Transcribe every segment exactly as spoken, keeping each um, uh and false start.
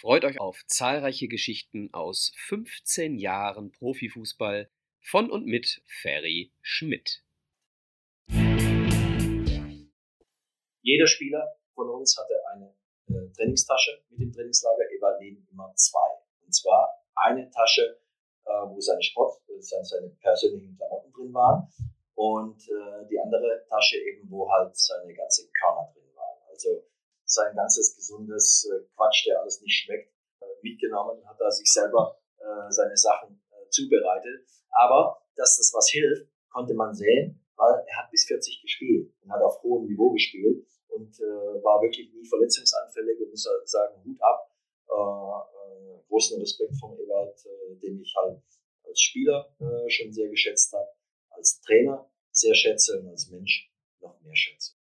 Freut euch auf zahlreiche Geschichten aus fünfzehn Jahren Profifußball von und mit Ferry Schmidt. Jeder Spieler von uns hatte eine äh, Trainingstasche mit dem Trainingslager, Ewald Lien immer zwei. Und zwar eine Tasche, äh, wo seine Sport, äh, seine, seine persönlichen Klamotten drin waren, und äh, die andere Tasche eben, wo halt seine ganzen Körner drin waren. Also sein ganzes gesundes äh, Quatsch, der alles nicht schmeckt, äh, mitgenommen, hat er sich selber äh, seine Sachen äh, zubereitet. Aber dass das was hilft, konnte man sehen, weil er hat bis vierzig gespielt und hat auf hohem Niveau gespielt und äh, war wirklich nie verletzungsanfällig. Und muss sagen, Hut ab, äh, äh, großen Respekt vom Ewald, äh, den ich halt als Spieler äh, schon sehr geschätzt habe, als Trainer sehr schätze und als Mensch noch mehr schätze.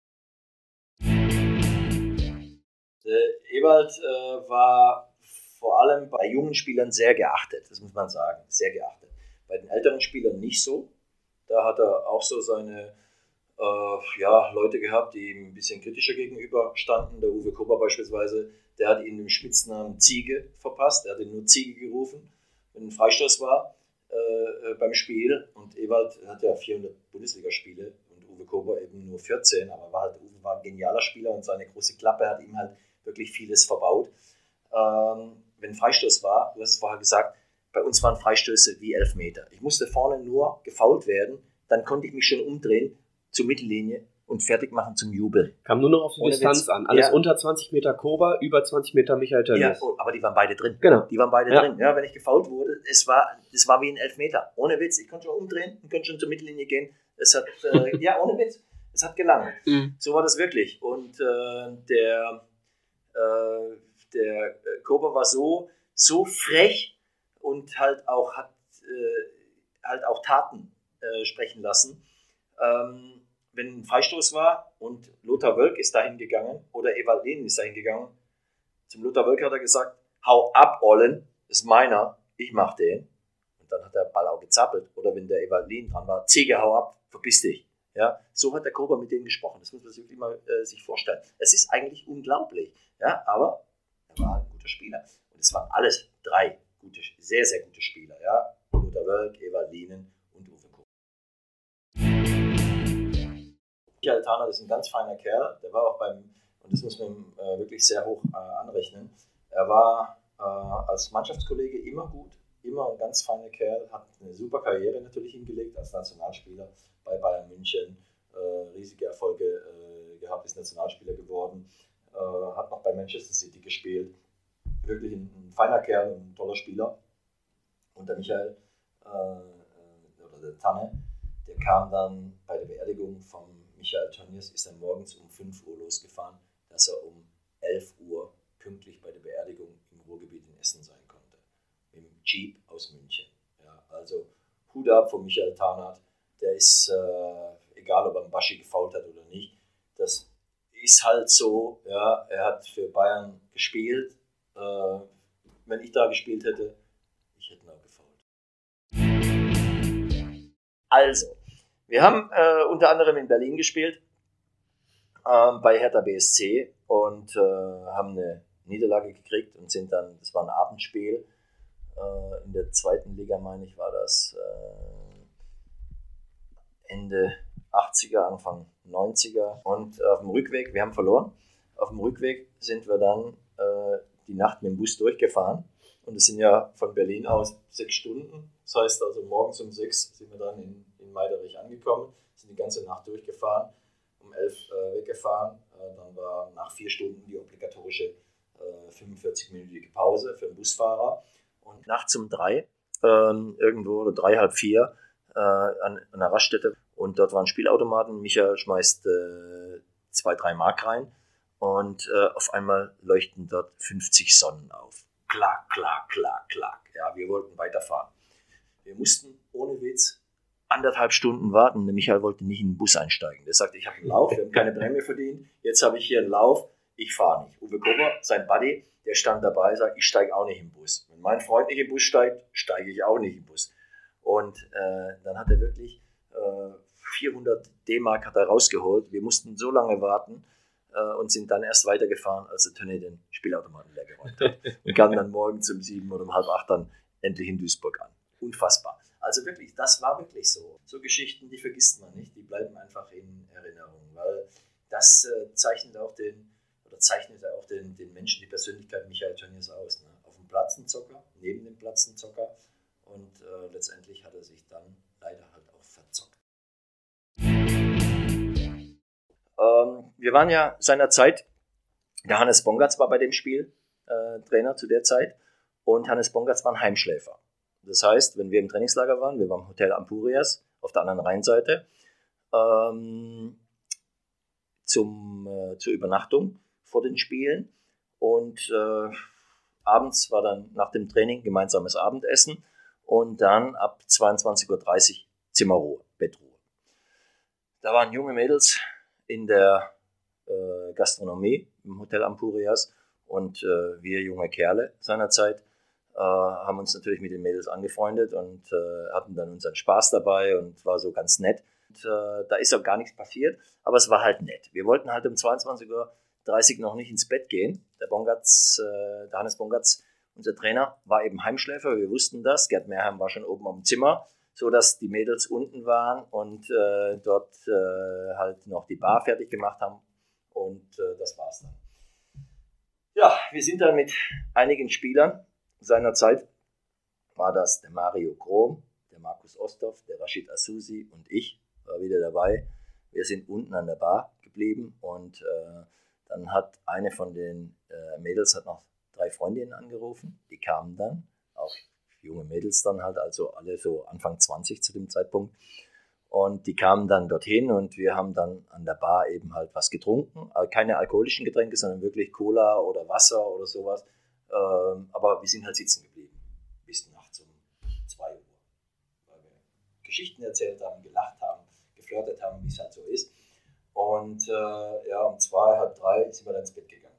Der Ewald äh, war vor allem bei jungen Spielern sehr geachtet, das muss man sagen, sehr geachtet. Bei den älteren Spielern nicht so. Da hat er auch so seine äh, ja, Leute gehabt, die ihm ein bisschen kritischer gegenüber standen. Der Uwe Kober beispielsweise, der hat ihm den Spitznamen Ziege verpasst. Er hat ihn nur Ziege gerufen, wenn ein Freistoß war äh, beim Spiel. Und Ewald hat ja vierhundert Bundesligaspiele und Uwe Kober eben nur vierzehn. Aber war halt, Uwe war ein genialer Spieler und seine große Klappe hat ihm halt wirklich vieles verbaut. Ähm, wenn ein Freistoß war, du hast es vorher gesagt, bei uns waren Freistöße wie Elfmeter. Ich musste vorne nur gefoult werden, dann konnte ich mich schon umdrehen zur Mittellinie und fertig machen zum Jubeln. Kam nur noch auf die Ohne Distanz Witz. an. Alles ja. Unter zwanzig Meter Kober, über zwanzig Meter Michael Tönnies. Ja, oh, aber die waren beide drin. Genau. Die waren beide ja. drin. Ja, wenn ich gefoult wurde, es war, es war wie ein Elfmeter. Ohne Witz. Ich konnte schon umdrehen und konnte schon zur Mittellinie gehen. Es hat, äh, ja, ohne Witz. Es hat gelangt. Mhm. So war das wirklich. Und äh, der, äh, der Kober war so, so frech, und halt auch hat äh, halt auch Taten äh, sprechen lassen. Ähm, wenn ein Freistoß war und Lothar Wölk ist dahin gegangen oder Ewald Lien ist dahin gegangen, zum Lothar Wölk hat er gesagt, hau ab, Ollen, ist meiner, ich mach den. Und dann hat der Ball auch gezappelt. Oder wenn der Ewald Lien dran war, Ziege, hau ab, verpiss dich. Ja, so hat der Kober mit denen gesprochen. Das muss man sich wirklich mal äh, sich vorstellen. Es ist eigentlich unglaublich. Ja, aber er war ein guter Spieler. Und es waren alles drei gute, sehr, sehr gute Spieler, ja. Lothar Wölk, Ewald Lien und Uwe Kober. Michael Tarnath ist ein ganz feiner Kerl, der war auch beim, und das muss man äh, wirklich sehr hoch äh, anrechnen, er war äh, als Mannschaftskollege immer gut, immer ein ganz feiner Kerl, hat eine super Karriere natürlich hingelegt als Nationalspieler bei Bayern München, äh, riesige Erfolge äh, gehabt, ist Nationalspieler geworden, äh, hat noch bei Manchester City gespielt. Wirklich ein, ein feiner Kerl, ein toller Spieler. Und der Michael, äh, oder der Tanne, der kam dann bei der Beerdigung von Michael Tönnies, ist er morgens um fünf Uhr losgefahren, dass er um elf Uhr pünktlich bei der Beerdigung im Ruhrgebiet in Essen sein konnte. Im Jeep aus München. Ja, also Hut ab von Michael Tarnath. Der ist, äh, egal ob er einen Baschi gefoult hat oder nicht, das ist halt so, ja, er hat für Bayern gespielt. Äh, wenn ich da gespielt hätte, ich hätte noch gefoult. Also, wir haben äh, unter anderem in Berlin gespielt, äh, bei Hertha B S C, und äh, haben eine Niederlage gekriegt und sind dann, das war ein Abendspiel, äh, in der zweiten Liga, meine ich, war das äh, Ende achtziger, Anfang neunziger, und auf dem Rückweg, wir haben verloren, auf dem Rückweg sind wir dann äh, die Nacht mit dem Bus durchgefahren, und es sind ja von Berlin aus sechs Stunden, das heißt also morgens um sechs sind wir dann in, in Meiderich angekommen, sind die ganze Nacht durchgefahren, um elf äh, weggefahren, äh, dann war nach vier Stunden die obligatorische äh, fünfundvierzig-minütige Pause für den Busfahrer, und nachts um drei, äh, irgendwo oder drei, halb vier, äh, an, an einer Raststätte, und dort waren Spielautomaten, Micha schmeißt äh, zwei, drei Mark rein, und äh, auf einmal leuchten dort fünfzig Sonnen auf. Klack, klack, klack, klack. Ja, wir wollten weiterfahren. Wir mussten ohne Witz anderthalb Stunden warten. Der Michael wollte nicht in den Bus einsteigen. Der sagte, ich habe einen Lauf, wir haben keine Prämie verdient. Jetzt habe ich hier einen Lauf, ich fahre nicht. Uwe Kober, sein Buddy, der stand dabei, sagt, ich steige auch nicht im Bus. Wenn mein Freund nicht im Bus steigt, steige ich auch nicht im Bus. Und äh, dann hat er wirklich äh, vierhundert D-Mark hat er rausgeholt. Wir mussten so lange warten. äh, und sind dann erst weitergefahren, als der Tönny den Spielautomaten leer geräumt hat. Und kamen dann morgens um sieben oder um halb acht dann endlich in Duisburg an. Unfassbar. Also wirklich, das war wirklich so. So Geschichten, die vergisst man nicht, die bleiben einfach in Erinnerung, weil das äh, zeichnet auch den, oder zeichnet auch den, den Menschen, die Persönlichkeit Michael Tönnies aus. Ne? Auf dem Platz ein Zocker, neben dem Platz ein Zocker und äh, letztendlich hat er sich dann leider halt auch verzockt. Ähm, wir waren ja seinerzeit, der Hannes Bongatz war bei dem Spiel äh, Trainer zu der Zeit und Hannes Bongatz war ein Heimschläfer. Das heißt, wenn wir im Trainingslager waren, wir waren im Hotel Ampurias auf der anderen Rheinseite, ähm, zum, äh, zur Übernachtung vor den Spielen und äh, abends war dann nach dem Training gemeinsames Abendessen und dann ab zweiundzwanzig Uhr dreißig Zimmerruhe, Bettruhe. Da waren junge Mädels in der äh, Gastronomie im Hotel Ampurias und äh, wir junge Kerle seinerzeit äh, haben uns natürlich mit den Mädels angefreundet und äh, hatten dann unseren Spaß dabei und war so ganz nett. Und, äh, da ist auch gar nichts passiert, aber es war halt nett. Wir wollten halt um zweiundzwanzig Uhr dreißig noch nicht ins Bett gehen. Der Bongatz, äh, der Hannes Bongatz, unser Trainer, war eben Heimschläfer, wir wussten das. Gerd Mehrheim war schon oben am Zimmer, so dass die Mädels unten waren und äh, dort äh, halt noch die Bar fertig gemacht haben und äh, das war's dann. Ja, wir sind dann mit einigen Spielern seiner Zeit, war das der Mario Krom, der Markus Osthoff, der Rashid Asusi und ich, war wieder dabei. Wir sind unten an der Bar geblieben und äh, dann hat eine von den äh, Mädels hat noch drei Freundinnen angerufen, die kamen dann, auch junge Mädels dann halt, also alle so Anfang zwanzig zu dem Zeitpunkt. Und die kamen dann dorthin und wir haben dann an der Bar eben halt was getrunken. Keine alkoholischen Getränke, sondern wirklich Cola oder Wasser oder sowas. Ähm, aber wir sind halt sitzen geblieben. Bis nachts um zwei Uhr. Weil wir Geschichten erzählt haben, gelacht haben, geflirtet haben, wie es halt so ist. Und äh, ja, um zwei, halb drei sind wir dann ins Bett gegangen.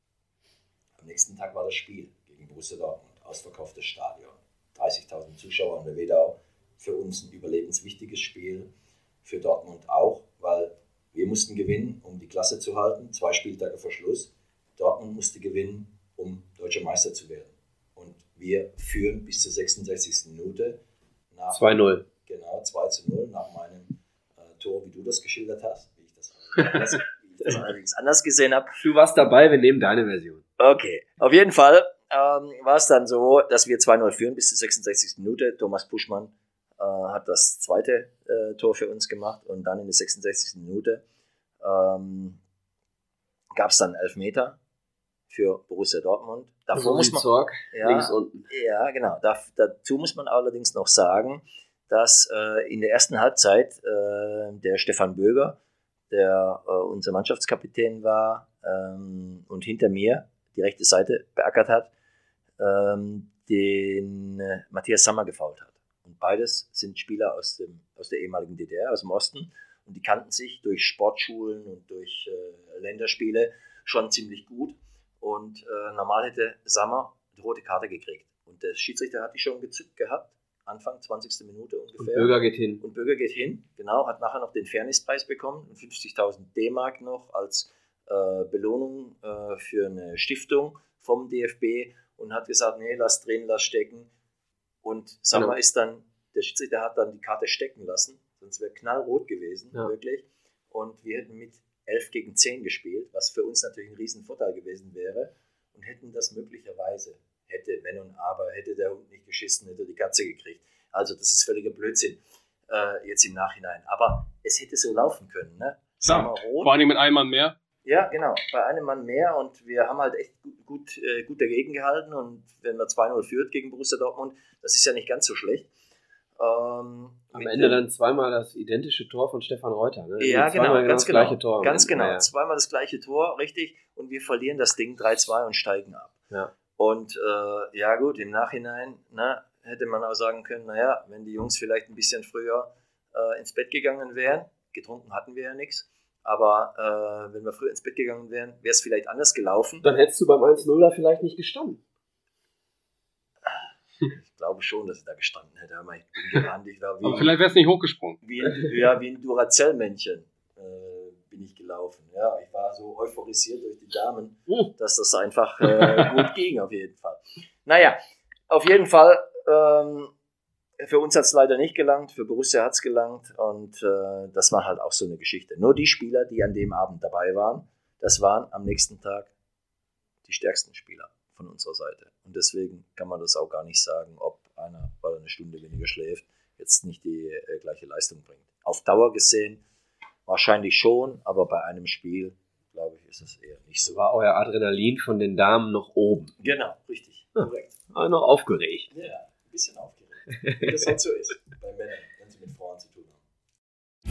Am nächsten Tag war das Spiel gegen Borussia Dortmund. Ausverkauftes Stadion. dreißigtausend Zuschauer in der Wedau. Für uns ein überlebenswichtiges Spiel, für Dortmund auch, weil wir mussten gewinnen, um die Klasse zu halten, zwei Spieltage vor Schluss. Dortmund musste gewinnen, um Deutscher Meister zu werden. Und wir führen bis zur sechsundsechzigsten Minute. Nach, zwei null. Genau, zwei zu null nach meinem äh, Tor, wie du das geschildert hast, wie ich das allerdings, wie ich das allerdings anders gesehen habe. Du warst dabei, wir nehmen deine Version. Okay, auf jeden Fall ähm, war es dann so, dass wir zwei null führen bis zur sechsundsechzigsten Minute. Thomas Puschmann äh, hat das zweite äh, Tor für uns gemacht und dann in der sechsundsechzigsten Minute ähm, gab es dann Elfmeter für Borussia Dortmund. Davor muss man, Zorg, ja, links unten. Ja, genau. Da, dazu muss man allerdings noch sagen, dass äh, in der ersten Halbzeit äh, der Stefan Böger, der äh, unser Mannschaftskapitän war ähm, und hinter mir die rechte Seite beackert hat, ähm, den äh, Matthias Sammer gefoult hat. Und beides sind Spieler aus, dem, aus der ehemaligen D D R, aus dem Osten. Und die kannten sich durch Sportschulen und durch äh, Länderspiele schon ziemlich gut. Und äh, normal hätte Sammer die rote Karte gekriegt. Und der Schiedsrichter hat die schon gezückt gehabt, Anfang zwanzigste Minute ungefähr. Und Böger geht hin. Und Böger geht hin, genau, hat nachher noch den Fairnesspreis bekommen, fünfzigtausend D-Mark noch als äh, Belohnung äh, für eine Stiftung vom D F B und hat gesagt, nee, lass drehen, lass stecken. Und Sammer Genau. ist dann, der Schiedsrichter hat dann die Karte stecken lassen, sonst wäre knallrot gewesen, Ja. wirklich. Und wir hätten mit elf gegen zehn gespielt, was für uns natürlich ein Riesenvorteil gewesen wäre und hätten das möglicherweise, hätte, wenn und aber, hätte der Hund nicht geschissen, hätte die Katze gekriegt. Also das ist völliger Blödsinn äh, jetzt im Nachhinein. Aber es hätte so laufen können, ne? Klar, vor allem mit einem Mann mehr. Ja, genau, bei einem Mann mehr und wir haben halt echt gut, gut, äh, gut dagegen gehalten und wenn man zwei null führt gegen Borussia Dortmund, das ist ja nicht ganz so schlecht. Ähm, Am Ende dann zweimal das identische Tor von Stefan Reuter. Ne? Ja, genau, Zweimal ganz das genau. gleiche Tor. Ganz genau, Ja. zweimal das gleiche Tor, richtig, und wir verlieren das Ding drei zwei und steigen ab. Ja. Und äh, ja gut, im Nachhinein ne, hätte man auch sagen können, naja, wenn die Jungs vielleicht ein bisschen früher äh, ins Bett gegangen wären, getrunken hatten wir ja nichts, aber äh, wenn wir früher ins Bett gegangen wären, wäre es vielleicht anders gelaufen. Dann hättest du beim eins null vielleicht nicht gestanden. Ich glaube schon, dass ich da gestanden hätte, aber ich bin gerannt, ich war Aber wie, vielleicht wäre es nicht hochgesprungen. wie, ja, wie ein Duracell-Männchen. Äh, bin ich gelaufen. Ja, ich war so euphorisiert durch die Damen, dass das einfach äh, gut ging auf jeden Fall. Naja, auf jeden Fall, ähm, für uns hat es leider nicht gelangt, für Borussia hat es gelangt und äh, das war halt auch so eine Geschichte. Nur die Spieler, die an dem Abend dabei waren, das waren am nächsten Tag die stärksten Spieler von unserer Seite. Und deswegen kann man das auch gar nicht sagen, ob einer, weil er eine Stunde weniger schläft, jetzt nicht die äh, gleiche Leistung bringt. Auf Dauer gesehen wahrscheinlich schon, aber bei einem Spiel, glaube ich, ist es eher nicht so. War euer Adrenalin von den Damen noch oben? Genau, richtig, ja, korrekt. War noch aufgeregt. Ja, ein bisschen aufgeregt. Wie das halt so ist bei Männern, wenn sie mit Frauen zu tun haben.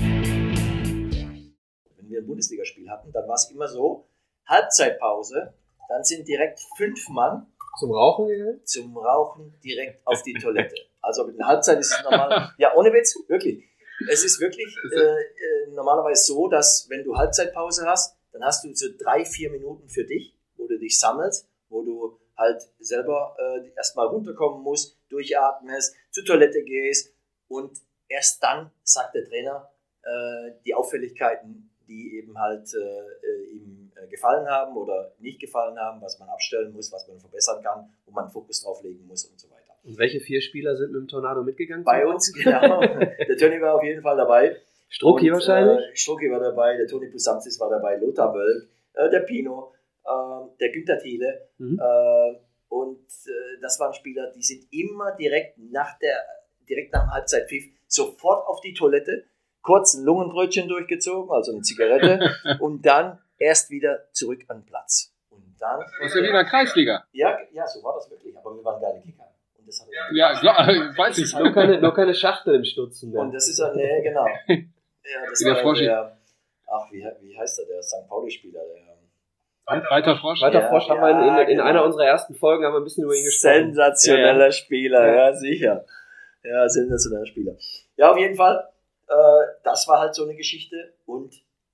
Wenn wir ein Bundesligaspiel hatten, dann war es immer so, Halbzeitpause, dann sind direkt fünf Mann zum Rauchen gegangen? Zum Rauchen direkt auf die Toilette. Also mit einer Halbzeit ist es normal. Ja, ohne Witz, wirklich. Es ist wirklich äh, äh, normalerweise so, dass wenn du Halbzeitpause hast, dann hast du so drei, vier Minuten für dich, wo du dich sammelst, wo du halt selber äh, erstmal runterkommen musst, durchatmest, zur Toilette gehst und erst dann sagt der Trainer äh, die Auffälligkeiten, die eben halt äh, ihm äh, gefallen haben oder nicht gefallen haben, was man abstellen muss, was man verbessern kann, wo man Fokus drauf legen muss und so weiter. Und welche vier Spieler sind mit dem Tornado mitgegangen? Bei uns, genau. Der Toni war auf jeden Fall dabei. Strucki und, wahrscheinlich? Äh, Strucki war dabei, der Toni Pusamsis war dabei, Lothar Wölk, äh, der Pino, äh, der Günther Thiele. Mhm. Äh, und äh, das waren Spieler, die sind immer direkt nach der, direkt nach dem Halbzeitpfiff sofort auf die Toilette, kurz ein Lungenbrötchen durchgezogen, also eine Zigarette, und dann erst wieder zurück an den Platz. Und dann... Das ist ja wie in der Kreisliga. Ja, ja, so war das wirklich, aber wir waren geile Kicker. Und das hat ja, klar, weiß ich. Noch keine, noch keine Schachtel im Stutzen mehr. Und das ist ja, nee, genau. Ja, das war der, ach, wie, wie heißt der, der Sankt Pauli-Spieler, der... Walter Frosch. Walter ja, Frosch haben ja, wir in, in genau. einer unserer ersten Folgen haben wir ein bisschen über ihn gesprochen. Sensationeller ja, ja. Spieler, ja. ja, sicher. Ja, sensationeller Spieler. Ja, auf jeden Fall, äh, das war halt so eine Geschichte. Und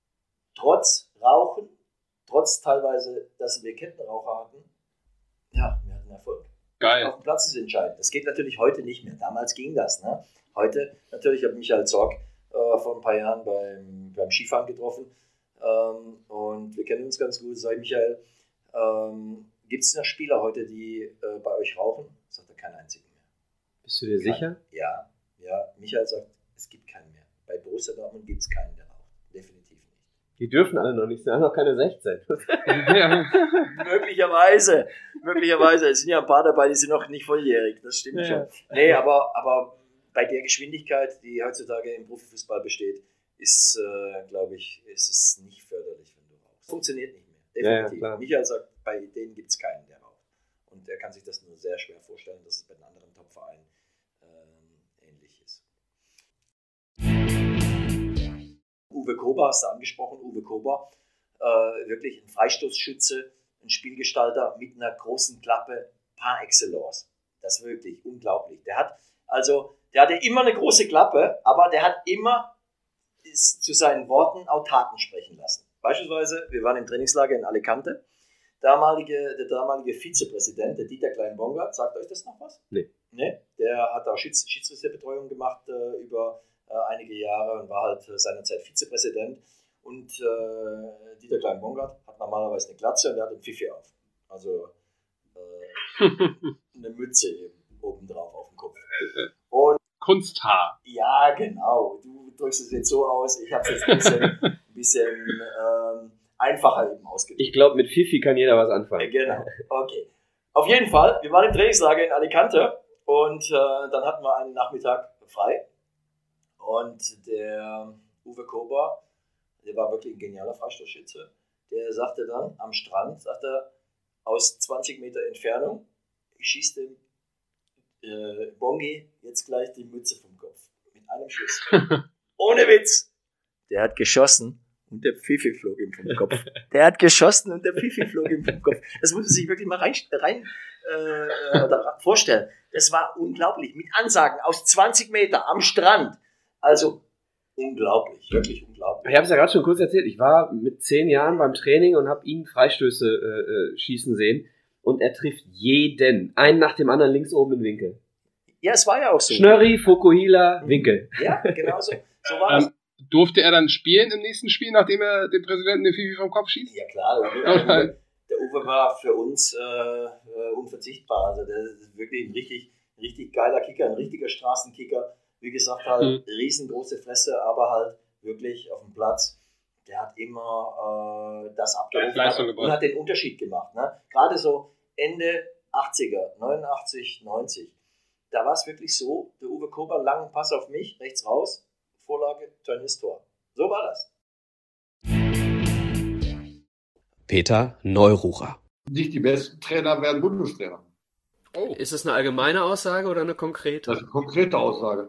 trotz Rauchen, trotz teilweise, dass wir Kettenraucher hatten, ja, wir hatten Erfolg. Geil. Auf dem Platz ist entscheidend. Das geht natürlich heute nicht mehr. Damals ging das. Ne? Heute, natürlich habe ich Michael Zorg äh, vor ein paar Jahren beim, beim Skifahren getroffen. Ähm, und wir kennen uns ganz gut. Sag ich, Michael, ähm, gibt es noch Spieler heute, die äh, bei euch rauchen? Sagt er, keinen einzigen mehr. Bist du dir Kein, sicher? Ja, ja. Michael sagt, es gibt keinen mehr. Bei Borussia Dortmund gibt es keinen, der raucht. Definitiv nicht. Die dürfen alle noch nicht, sie haben noch keine sechzehn. möglicherweise, möglicherweise. Es sind ja ein paar dabei, die sind noch nicht volljährig. Das stimmt ja. schon. Nee, aber, aber bei der Geschwindigkeit, die heutzutage im Profifußball besteht, ist, äh, glaube ich, ist es nicht förderlich, wenn du rauchst. Funktioniert nicht mehr, definitiv. Ja, ja, Michael sagt, bei denen gibt es keinen, der raucht. Und er kann sich das nur sehr schwer vorstellen, dass es bei den anderen Top-Vereinen ähm, ähnlich ist. Uwe Kober hast du angesprochen, Uwe Kober, äh, wirklich ein Freistoßschütze, ein Spielgestalter mit einer großen Klappe par excellence. Das ist wirklich unglaublich. Der hat, also, der hatte immer eine große Klappe, aber der hat immer ist zu seinen Worten auch Taten sprechen lassen. Beispielsweise, wir waren im Trainingslager in Alicante. Damalige, der damalige Vizepräsident, der Dieter Klein-Bongard, sagt euch das noch was? Nee. Nee? Der hat auch Schieds- Schiedsrichterbetreuung gemacht äh, über äh, einige Jahre und war halt äh, seinerzeit Vizepräsident. Und äh, Dieter Klein-Bongard hat normalerweise eine Glatze und der hat einen Pfiffi auf. Also äh, eine Mütze eben obendrauf auf dem Kopf. Und Kunsthaar. Ja, genau. Du drückst es jetzt so aus. Ich habe es jetzt ein bisschen, ein bisschen ähm, einfacher eben ausgedrückt. Ich glaube, mit Fifi kann jeder was anfangen. Genau. Okay. Auf jeden Fall, wir waren im Trainingslager in Alicante und äh, dann hatten wir einen Nachmittag frei. Und der Uwe Kober, der war wirklich ein genialer Freistoßschütze, der sagte dann am Strand, sagt er, aus zwanzig Meter Entfernung, ich schieße dem Äh, Bongi jetzt gleich die Mütze vom Kopf. Mit einem Schuss. Ohne Witz. Der hat geschossen und der Pfiffi flog ihm vom Kopf. Der hat geschossen und der Pfiffi flog ihm vom Kopf. Das muss man sich wirklich mal rein, rein äh, oder vorstellen. Das war unglaublich. Mit Ansagen aus zwanzig Meter am Strand. Also unglaublich. Wirklich unglaublich. Ich habe es ja gerade schon kurz erzählt. Ich war mit zehn Jahren beim Training und habe ihn Freistöße äh, schießen sehen. Und er trifft jeden. Einen nach dem anderen links oben im Winkel. Ja, es war ja auch so. Schnörri, Fukuhila, Winkel. Ja, genau so. So war ähm, Durfte er dann spielen im nächsten Spiel, nachdem er den Präsidenten der FIFA vom Kopf schießt? Ja klar, der Uwe, der Uwe war für uns äh, unverzichtbar. Also der ist wirklich ein richtig, richtig geiler Kicker, ein richtiger Straßenkicker. Wie gesagt, halt mhm. riesengroße Fresse, aber halt wirklich auf dem Platz. Der hat immer äh, das abgerufen und hat den Unterschied gemacht. Ne? Gerade so Ende achtziger, neunundachtzig, neunzig. Da war es wirklich so, der Uwe Kober, langen Pass auf mich, rechts raus, Vorlage, Tönnies Tor. So war das. Peter Neururer. Nicht die besten Trainer werden Bundestrainer. Oh. Ist das eine allgemeine Aussage oder eine konkrete? Das ist eine konkrete Aussage.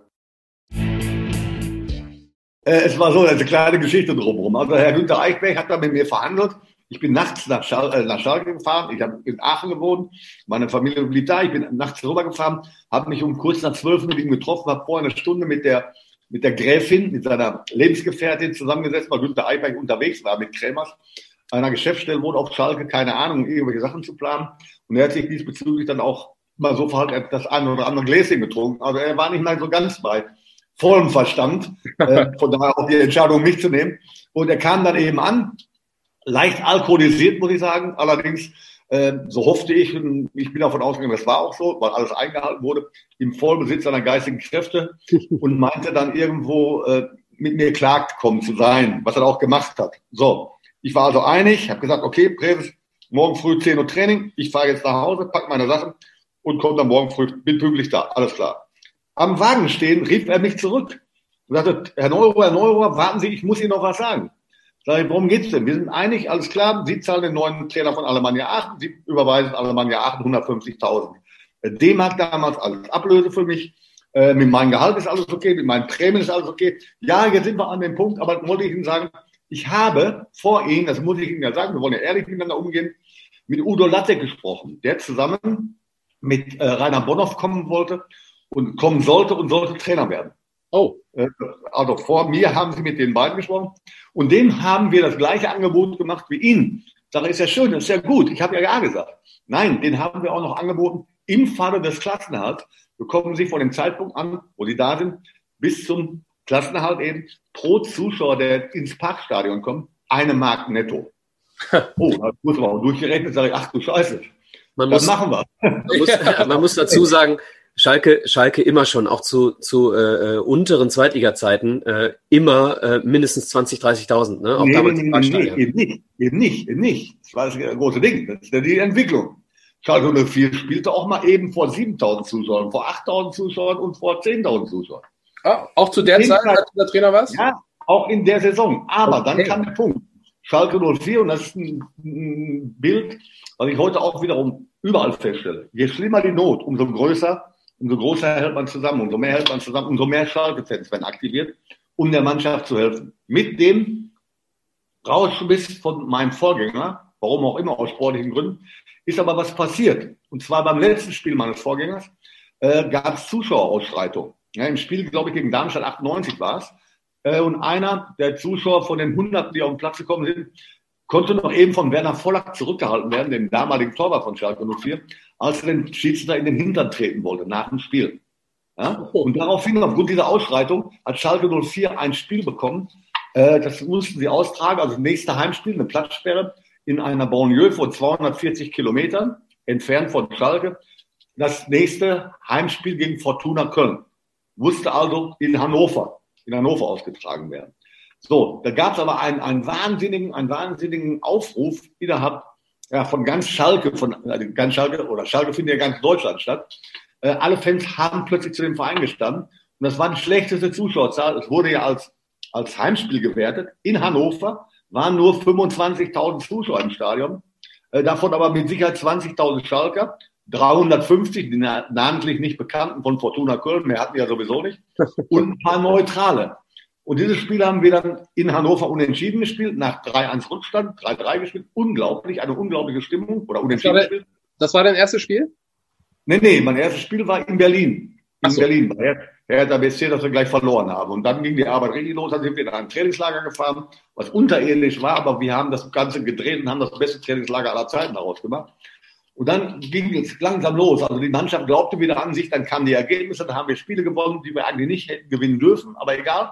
Äh, es war so, eine kleine Geschichte drumherum. Also Herr Günter Eichberg hat da mit mir verhandelt. Ich bin nachts nach, Schal äh, nach Schalke gefahren. Ich habe in Aachen gewohnt. Meine Familie blieb da. Ich bin nachts rübergefahren, habe mich um kurz nach zwölf mit ihm getroffen, habe vorher eine Stunde mit der mit der Gräfin, mit seiner Lebensgefährtin zusammengesetzt, weil Günter Eichberg unterwegs war mit Krämers, einer Geschäftsstelle wohnt auf Schalke, keine Ahnung, irgendwelche Sachen zu planen. Und er hat sich diesbezüglich dann auch mal so verhalten, er hat das eine oder andere Gläschen getrunken. Also er war nicht mal so ganz bei vollem Verstand, äh, von daher auch die Entscheidung, mich zu nehmen. Und er kam dann eben an, leicht alkoholisiert, muss ich sagen, allerdings, äh, so hoffte ich, und ich bin davon ausgegangen, das war auch so, weil alles eingehalten wurde, im Vollbesitz seiner geistigen Kräfte und meinte dann irgendwo äh, mit mir klargekommen zu sein, was er auch gemacht hat. So, ich war also einig, habe gesagt, okay, Präses, morgen früh zehn Uhr Training, ich fahre jetzt nach Hause, pack meine Sachen und komme dann morgen früh, bin pünktlich da, alles klar. Am Wagen stehen, rief er mich zurück und sagte, Herr Neururer, Herr Neururer, warten Sie, ich muss Ihnen noch was sagen. Sag ich, worum geht's denn? Wir sind einig, alles klar, Sie zahlen den neuen Trainer von Alemannia Aachen, Sie überweisen Alemannia Aachen hundertfünfzigtausend D-Mark damals, alles Ablöse für mich. Äh, mit meinem Gehalt ist alles okay, mit meinen Prämien ist alles okay. Ja, jetzt sind wir an dem Punkt, aber wollte ich Ihnen sagen, ich habe vor Ihnen, das muss ich Ihnen ja sagen, wir wollen ja ehrlich miteinander umgehen, mit Udo Lattek gesprochen, der zusammen mit äh, Rainer Bonhoff kommen wollte und kommen sollte und sollte Trainer werden. Oh. Äh, also vor mir haben Sie mit den beiden gesprochen und dem haben wir das gleiche Angebot gemacht wie Ihnen. Sag, ist ja schön, das ist ja gut, ich habe ja ja gesagt. Nein, den haben wir auch noch angeboten, im Falle des Klassenerhalts bekommen Sie von dem Zeitpunkt an, wo Sie da sind, bis zum Klassenerhalt eben pro Zuschauer, der ins Parkstadion kommt, eine Mark netto. Oh, das muss man auch durchgerechnet, sage ich, ach du Scheiße, man das muss, machen wir. Man muss, man muss dazu sagen, Schalke, Schalke immer schon, auch zu, zu äh, unteren Zweitliga-Zeiten, äh, immer äh, mindestens zwanzig, dreißigtausend. Ne? Auch nee, damals nee, nee, nee, eben nicht, eben nicht, eben nicht. Das war das große Ding, das ist ja die Entwicklung. Schalke null vier spielte auch mal eben vor siebentausend Zuschauern, vor achttausend Zuschauern und vor zehntausend Zuschauern. Ah, auch zu der Zeit, als du der Trainer warst? Ja, auch in der Saison. Aber okay. Dann kam der Punkt. Schalke null vier, und das ist ein, ein Bild, was ich heute auch wiederum überall feststelle. Je schlimmer die Not, umso größer, umso größer hält man zusammen, umso mehr hält man zusammen, umso mehr Schalke-Fans werden aktiviert, um der Mannschaft zu helfen. Mit dem Rauschbiss von meinem Vorgänger, warum auch immer, aus sportlichen Gründen, ist aber was passiert. Und zwar beim letzten Spiel meines Vorgängers äh, gab es Zuschauerausschreitungen. Ja, im Spiel, glaube ich, gegen Darmstadt achtundneunzig war es. Äh, und einer der Zuschauer von den Hunderten, die auf den Platz gekommen sind, konnte noch eben von Werner Vollack zurückgehalten werden, dem damaligen Torwart von Schalke null vier, als er den Schiedsrichter in den Hintern treten wollte nach dem Spiel. Ja? Und daraufhin, aufgrund dieser Ausschreitung, hat Schalke null vier ein Spiel bekommen. Äh, das mussten sie austragen, also das nächste Heimspiel, eine Platzsperre in einer Banlieue von zweihundertvierzig Kilometern entfernt von Schalke. Das nächste Heimspiel gegen Fortuna Köln musste also in Hannover, in Hannover ausgetragen werden. So, da gab es aber einen, einen wahnsinnigen, einen wahnsinnigen Aufruf innerhalb ja, von ganz Schalke, von also ganz Schalke oder Schalke findet ja ganz Deutschland statt. Äh, alle Fans haben plötzlich zu dem Verein gestanden und das war die schlechteste Zuschauerzahl. Es wurde ja als als Heimspiel gewertet. In Hannover waren nur fünfundzwanzigtausend Zuschauer im Stadion, äh, davon aber mit Sicherheit zwanzigtausend Schalker, dreihundertfünfzig, die na- namentlich nicht bekannten von Fortuna Köln, mehr hatten wir ja sowieso nicht, und ein paar Neutrale. Und dieses Spiel haben wir dann in Hannover unentschieden gespielt, nach drei eins Rückstand, drei drei gespielt. Unglaublich, eine unglaubliche Stimmung. Oder unentschieden das war, gespielt. Das war dein erstes Spiel? Nee, nee, mein erstes Spiel war in Berlin. In so. Berlin, bei Her- Hertha B S C, das wir gleich verloren haben. Und dann ging die Arbeit richtig los, dann sind wir in ein Trainingslager gefahren, was unterirdisch war, aber wir haben das Ganze gedreht und haben das beste Trainingslager aller Zeiten daraus gemacht. Und dann ging es langsam los. Also die Mannschaft glaubte wieder an sich, dann kamen die Ergebnisse, dann haben wir Spiele gewonnen, die wir eigentlich nicht hätten gewinnen dürfen, aber egal.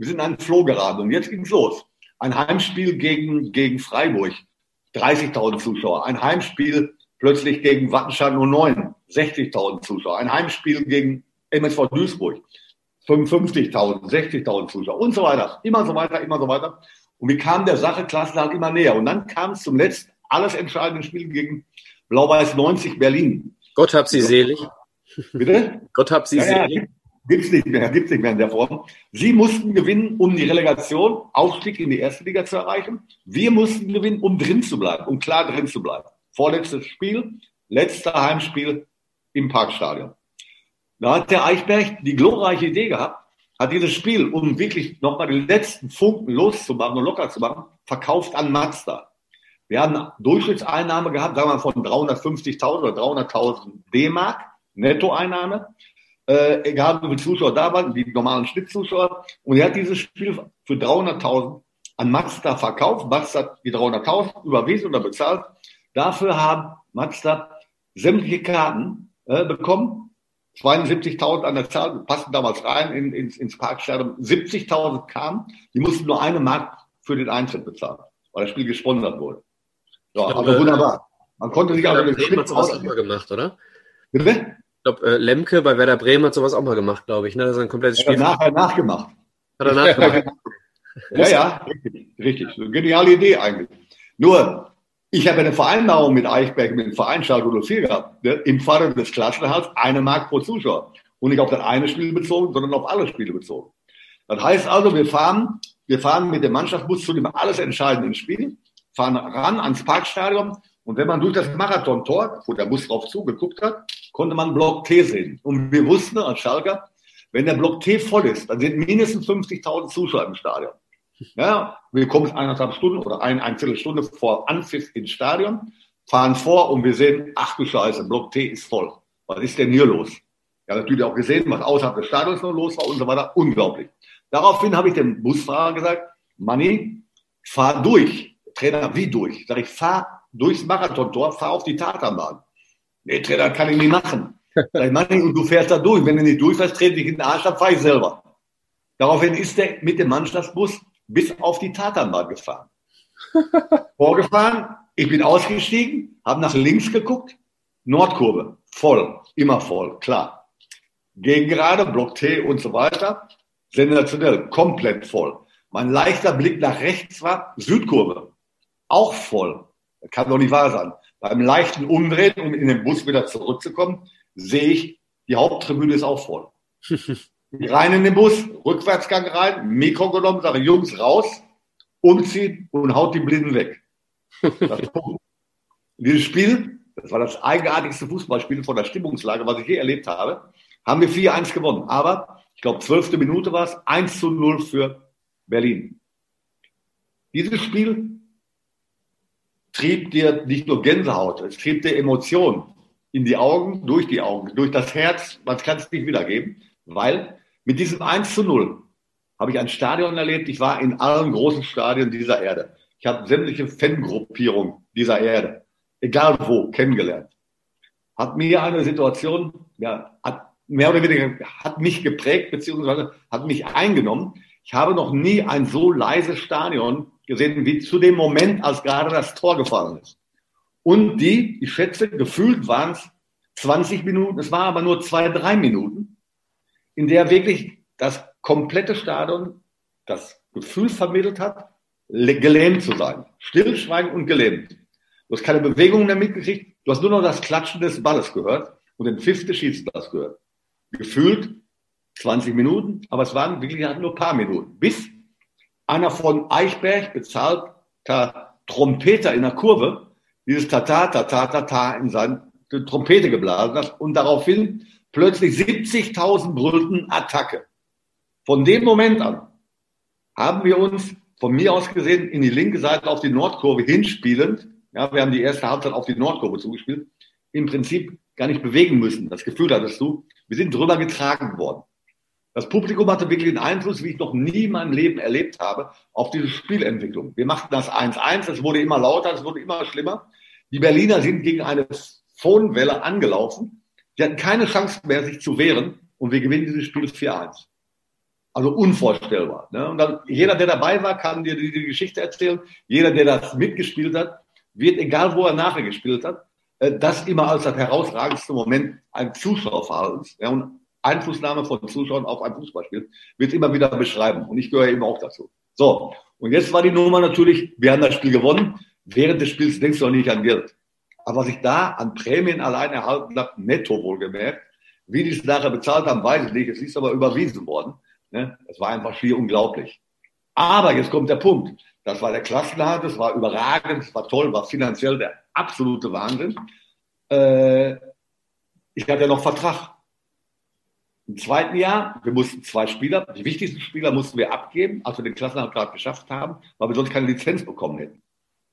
Wir sind in einen Flow geraten und jetzt ging's los. Ein Heimspiel gegen, gegen Freiburg, dreißigtausend Zuschauer. Ein Heimspiel plötzlich gegen Wattenscheid null neun, sechzigtausend Zuschauer. Ein Heimspiel gegen M S V Duisburg, fünfundfünfzigtausend, sechzigtausend Zuschauer und so weiter. Immer so weiter, immer so weiter. Und wir kamen der Sache Klassenerhalt immer näher. Und dann kam es zum letzten, alles entscheidenden Spiel gegen Blau-Weiß neunzig Berlin. Gott hab sie selig. Bitte? Gott hab sie ja, selig. Ja, gibt's nicht mehr, gibt's nicht mehr in der Form. Sie mussten gewinnen, um die Relegation, Aufstieg in die erste Liga zu erreichen. Wir mussten gewinnen, um drin zu bleiben, um klar drin zu bleiben. Vorletztes Spiel, letzter Heimspiel im Parkstadion. Da hat der Eichberg die glorreiche Idee gehabt, hat dieses Spiel, um wirklich nochmal die letzten Funken loszumachen und locker zu machen, verkauft an Mazda. Wir haben eine Durchschnittseinnahme gehabt, sagen wir mal von dreihundertfünfzigtausend oder dreihunderttausend D-Mark, Nettoeinnahme. Äh, egal wie viele Zuschauer da waren, die normalen Schnittzuschauer. Und er hat dieses Spiel für dreihunderttausend an Mazda verkauft. Mazda hat die dreihunderttausend überwiesen oder bezahlt. Dafür haben Mazda sämtliche Karten äh, bekommen. zweiundsiebzigtausend an der Zahl, passten damals rein in, ins, ins Parkstadion. siebzigtausend kamen, die mussten nur eine Mark für den Eintritt bezahlen, weil das Spiel gesponsert wurde. Ja, glaube, aber wunderbar. Man konnte sich also Werder den Bremen hat Schnitt sowas auch mal gemacht, oder? Bitte? Ich glaube, äh, Lemke bei Werder Bremen hat sowas auch mal gemacht, glaube ich. Ne? Das ist ein komplettes Hat er Spiel. nachher nachgemacht. Hat er nachgemacht. Ja, ja, richtig, richtig. So eine geniale Idee eigentlich. Nur, ich habe eine Vereinbarung mit Eichberg, mit dem Verein Schalke null vier gehabt. Ne? Im Falle des Klassenerhalts eine Mark pro Zuschauer. Und nicht auf das eine Spiel bezogen, sondern auf alle Spiele bezogen. Das heißt also, wir fahren, wir fahren mit dem Mannschaftsbus zu dem alles entscheidenden Spiel, fahren ran ans Parkstadion. Und wenn man durch das Marathontor, wo der Bus drauf zugeguckt hat, konnte man Block T sehen. Und wir wussten als Schalker, wenn der Block T voll ist, dann sind mindestens fünfzigtausend Zuschauer im Stadion. Ja, wir kommen eineinhalb Stunden oder ein, eine Viertelstunde vor Anpfiff ins Stadion, fahren vor und wir sehen, ach du Scheiße, Block T ist voll. Was ist denn hier los? Ja, natürlich auch gesehen, was außerhalb des Stadions noch los war und so weiter. Unglaublich. Daraufhin habe ich dem Busfahrer gesagt, Manni, fahr durch. Trainer, wie durch? Sag ich, fahr durchs Marathontor, fahr auf die Tatanbahn. Nee, Trainer, kann ich nicht machen. Sag ich, Manni, und du fährst da durch. Wenn du nicht durchfährst, trete ich in den Arsch, dann fahr ich selber. Daraufhin ist er mit dem Mannschaftsbus bis auf die Tatanbahn gefahren. Vorgefahren, ich bin ausgestiegen, habe nach links geguckt, Nordkurve, voll, immer voll, klar. Gegengerade, Block T und so weiter, sensationell, komplett voll. Mein leichter Blick nach rechts war Südkurve, auch voll. Das kann doch nicht wahr sein. Beim leichten Umdrehen, um in den Bus wieder zurückzukommen, sehe ich, die Haupttribüne ist auch voll. Rein in den Bus, Rückwärtsgang rein, Mikro genommen, sage Jungs, raus, umziehen und haut die Blinden weg. Das Dieses Spiel, das war das eigenartigste Fußballspiel von der Stimmungslage, was ich je erlebt habe, haben wir vier eins gewonnen. Aber, ich glaube, zwölfte Minute war es, eins zu null für Berlin. Dieses Spiel trieb dir nicht nur Gänsehaut, es trieb dir Emotionen in die Augen, durch die Augen, durch das Herz, man kann es nicht wiedergeben, weil mit diesem eins zu null habe ich ein Stadion erlebt, ich war in allen großen Stadien dieser Erde. Ich habe sämtliche Fangruppierungen dieser Erde, egal wo, kennengelernt. Hat mir eine Situation, ja, hat mehr oder weniger, hat mich geprägt, beziehungsweise hat mich eingenommen. Ich habe noch nie ein so leises Stadion gesehen, wie zu dem Moment, als gerade das Tor gefallen ist. Und die, ich schätze, gefühlt waren es zwanzig Minuten, es war aber nur zwei, drei Minuten, in der wirklich das komplette Stadion das Gefühl vermittelt hat, gelähmt zu sein. Stillschweigend und gelähmt. Du hast keine Bewegung mehr mitgekriegt, du hast nur noch das Klatschen des Balles gehört und den Pfiff des Schiedsrichters gehört. Gefühlt zwanzig Minuten, aber es waren wirklich nur ein paar Minuten. Bis einer von Eichberg bezahlter Trompeter in der Kurve dieses Tata, Tata, Tata in seine Trompete geblasen hat und daraufhin plötzlich siebzigtausend brüllten Attacke. Von dem Moment an haben wir uns von mir aus gesehen in die linke Seite auf die Nordkurve hinspielend, ja, wir haben die erste Halbzeit auf die Nordkurve zugespielt, im Prinzip gar nicht bewegen müssen. Das Gefühl hattest du, wir sind drüber getragen worden. Das Publikum hatte wirklich einen Einfluss, wie ich noch nie in meinem Leben erlebt habe, auf diese Spielentwicklung. Wir machten das eins eins, es wurde immer lauter, es wurde immer schlimmer. Die Berliner sind gegen eine Phonwelle angelaufen. Die hatten keine Chance mehr, sich zu wehren und wir gewinnen dieses Spiel vier eins. Also unvorstellbar. Ne? Und dann, jeder, der dabei war, kann dir die, die Geschichte erzählen. Jeder, der das mitgespielt hat, wird, egal wo er nachher gespielt hat, äh, das immer als das herausragendste Moment eines Zuschauerverhaltens, ja, und Einflussnahme von Zuschauern auf ein Fußballspiel, wird immer wieder beschreiben. Und ich gehöre eben auch dazu. So, und jetzt war die Nummer natürlich, wir haben das Spiel gewonnen. Während des Spiels denkst du auch nicht an Geld. Aber was ich da an Prämien allein erhalten habe, netto wohlgemerkt, wie die es nachher bezahlt haben, weiß ich nicht. Es ist aber überwiesen worden. Ne? Das war einfach schier unglaublich. Aber jetzt kommt der Punkt. Das war der Klassenerhalt, das war überragend, das war toll, war finanziell der absolute Wahnsinn. Äh, ich hatte ja noch Vertrag. Im zweiten Jahr, wir mussten zwei Spieler, die wichtigsten Spieler mussten wir abgeben, als wir den Klassenerhalt gerade geschafft haben, weil wir sonst keine Lizenz bekommen hätten.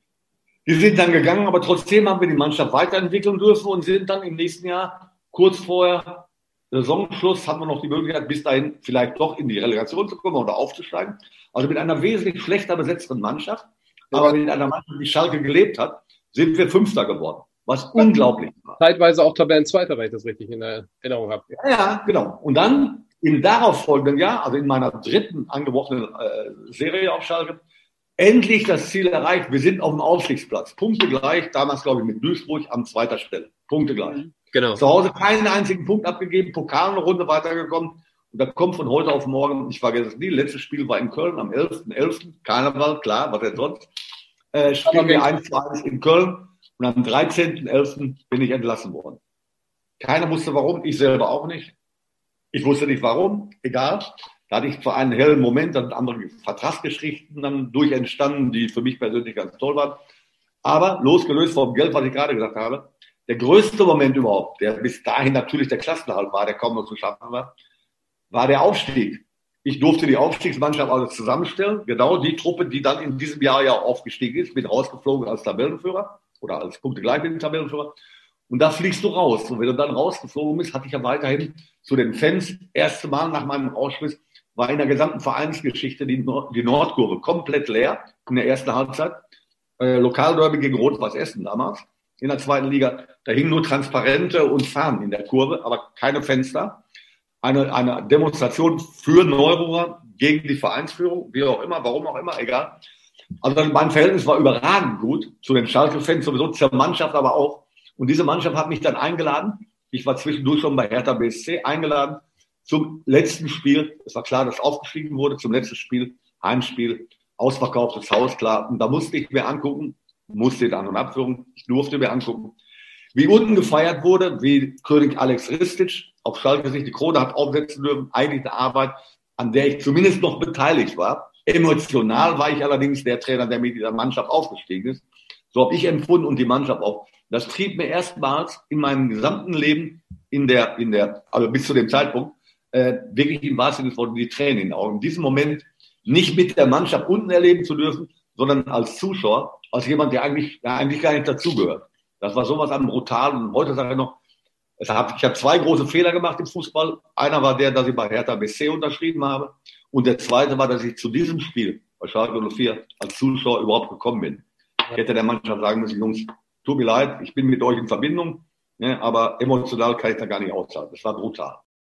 Die sind dann gegangen, aber trotzdem haben wir die Mannschaft weiterentwickeln dürfen und sind dann im nächsten Jahr, kurz vorher Saisonschluss, hatten wir noch die Möglichkeit, bis dahin vielleicht doch in die Relegation zu kommen oder aufzusteigen. Also mit einer wesentlich schlechter besetzten Mannschaft, aber mit einer Mannschaft, die Schalke gelebt hat, sind wir Fünfter geworden. Was unglaublich war. Zeitweise auch Tabellenzweiter, wenn ich das richtig in Erinnerung habe. Ja, ja, genau. Und dann im darauffolgenden Jahr, also in meiner dritten angebrochenen äh, Serie auf Schalke, endlich das Ziel erreicht. Wir sind auf dem Aufstiegsplatz. Punkte gleich, damals glaube ich mit Duisburg an zweiter Stelle. Punkte gleich. Genau. Zu Hause keinen einzigen Punkt abgegeben, Pokal eine Runde weitergekommen. Und da kommt von heute auf morgen, ich vergesse es nie, letztes Spiel war in Köln am elften elften Karneval, klar, was denn sonst. Äh, spielen wir eins zu eins in Köln und am dreizehnten elften bin ich entlassen worden. Keiner wusste warum, ich selber auch nicht. Ich wusste nicht warum, egal. Da hatte ich zwar einen hellen Moment, dann andere Vertragsgeschichten dann durch entstanden, die für mich persönlich ganz toll waren. Aber losgelöst vom Geld, was ich gerade gesagt habe, der größte Moment überhaupt, der bis dahin natürlich der Klassenerhalt war, der kaum noch zu schaffen war, war der Aufstieg. Ich durfte die Aufstiegsmannschaft also zusammenstellen, genau die Truppe, die dann in diesem Jahr ja aufgestiegen ist, bin rausgeflogen als Tabellenführer oder als Punkte gleich mit dem Tabellenführer. Und da fliegst du raus. Und wenn du dann rausgeflogen bist, hatte ich ja weiterhin zu den Fans, erste Mal nach meinem Ausschluss, war in der gesamten Vereinsgeschichte die, Nord- die Nordkurve komplett leer in der ersten Halbzeit. Äh, Lokalderby gegen Rot-Weiß Essen damals in der zweiten Liga. Da hingen nur Transparente und Fahnen in der Kurve, aber keine Fenster. Eine, eine Demonstration für Neururer gegen die Vereinsführung, wie auch immer, warum auch immer, egal. Also mein Verhältnis war überragend gut zu den Schalke-Fans, sowieso zur Mannschaft aber auch. Und diese Mannschaft hat mich dann eingeladen. Ich war zwischendurch schon bei Hertha B S C eingeladen zum letzten Spiel. Es war klar, dass aufgestiegen wurde zum letzten Spiel, Heimspiel, ausverkauftes Haus, klar. Und da musste ich mir angucken, musste in An- und Abführung, ich durfte mir angucken, wie unten gefeiert wurde, wie König Alex Ristic auf Schalke sich die Krone hat aufsetzen dürfen. Eigentlich eine Arbeit, an der ich zumindest noch beteiligt war. Emotional war ich allerdings der Trainer, der mit dieser Mannschaft aufgestiegen ist. So habe ich empfunden und die Mannschaft auch. Das trieb mir erstmals in meinem gesamten Leben, in der, in der, also bis zu dem Zeitpunkt, äh, wirklich im wahrsten Sinne des Wortes die Tränen in den Augen. In diesem Moment nicht mit der Mannschaft unten erleben zu dürfen, sondern als Zuschauer, als jemand, der eigentlich, der eigentlich gar nicht dazugehört. Das war sowas an brutal. Und heute sage ich noch, ich habe ich hab zwei große Fehler gemacht im Fußball. Einer war der, dass ich bei Hertha B S C unterschrieben habe. Und der zweite war, dass ich zu diesem Spiel bei Schalke null vier als Zuschauer überhaupt gekommen bin. Ich hätte der Mannschaft sagen müssen, Jungs, tut mir leid, ich bin mit euch in Verbindung, ne, aber emotional kann ich da gar nicht aushalten. Das war brutal.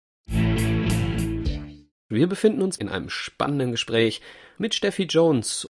Wir befinden uns in einem spannenden Gespräch mit Steffi Jones.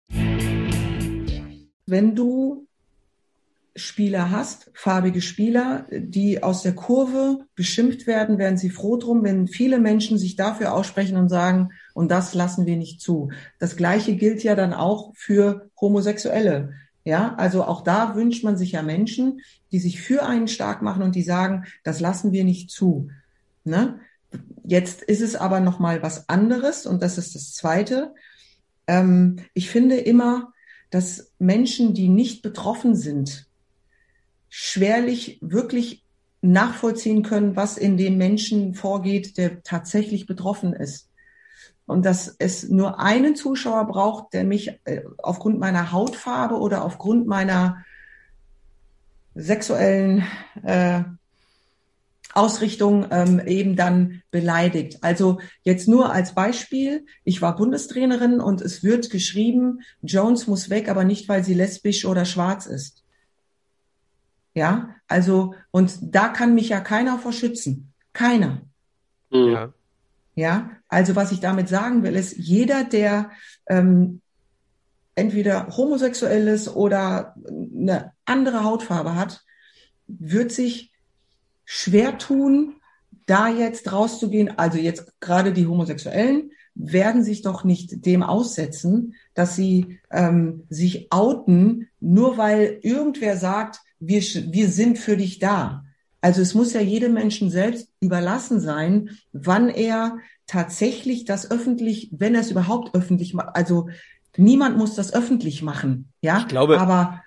Wenn du Spieler hast, farbige Spieler, die aus der Kurve beschimpft werden, werden sie froh drum, wenn viele Menschen sich dafür aussprechen und sagen, und das lassen wir nicht zu. Das Gleiche gilt ja dann auch für Homosexuelle. Ja, also auch da wünscht man sich ja Menschen, die sich für einen stark machen und die sagen, das lassen wir nicht zu. Ne? Jetzt ist es aber nochmal was anderes und das ist das Zweite. Ähm, ich finde immer, dass Menschen, die nicht betroffen sind, schwerlich wirklich nachvollziehen können, was in dem Menschen vorgeht, der tatsächlich betroffen ist. Und dass es nur einen Zuschauer braucht, der mich äh, aufgrund meiner Hautfarbe oder aufgrund meiner sexuellen äh, Ausrichtung ähm, eben dann beleidigt. Also jetzt nur als Beispiel, ich war Bundestrainerin und es wird geschrieben, Jones muss weg, aber nicht, weil sie lesbisch oder schwarz ist. Ja, also und da kann mich ja keiner vor schützen. Keiner. Ja. Ja, also was ich damit sagen will, ist, jeder, der ähm, entweder homosexuell ist oder eine andere Hautfarbe hat, wird sich schwer tun, da jetzt rauszugehen. Also jetzt gerade die Homosexuellen werden sich doch nicht dem aussetzen, dass sie ähm, sich outen, nur weil irgendwer sagt, wir, wir sind für dich da. Also es muss ja jedem Menschen selbst überlassen sein, wann er tatsächlich das öffentlich, wenn er es überhaupt öffentlich macht, also niemand muss das öffentlich machen, ja. Ich glaube, aber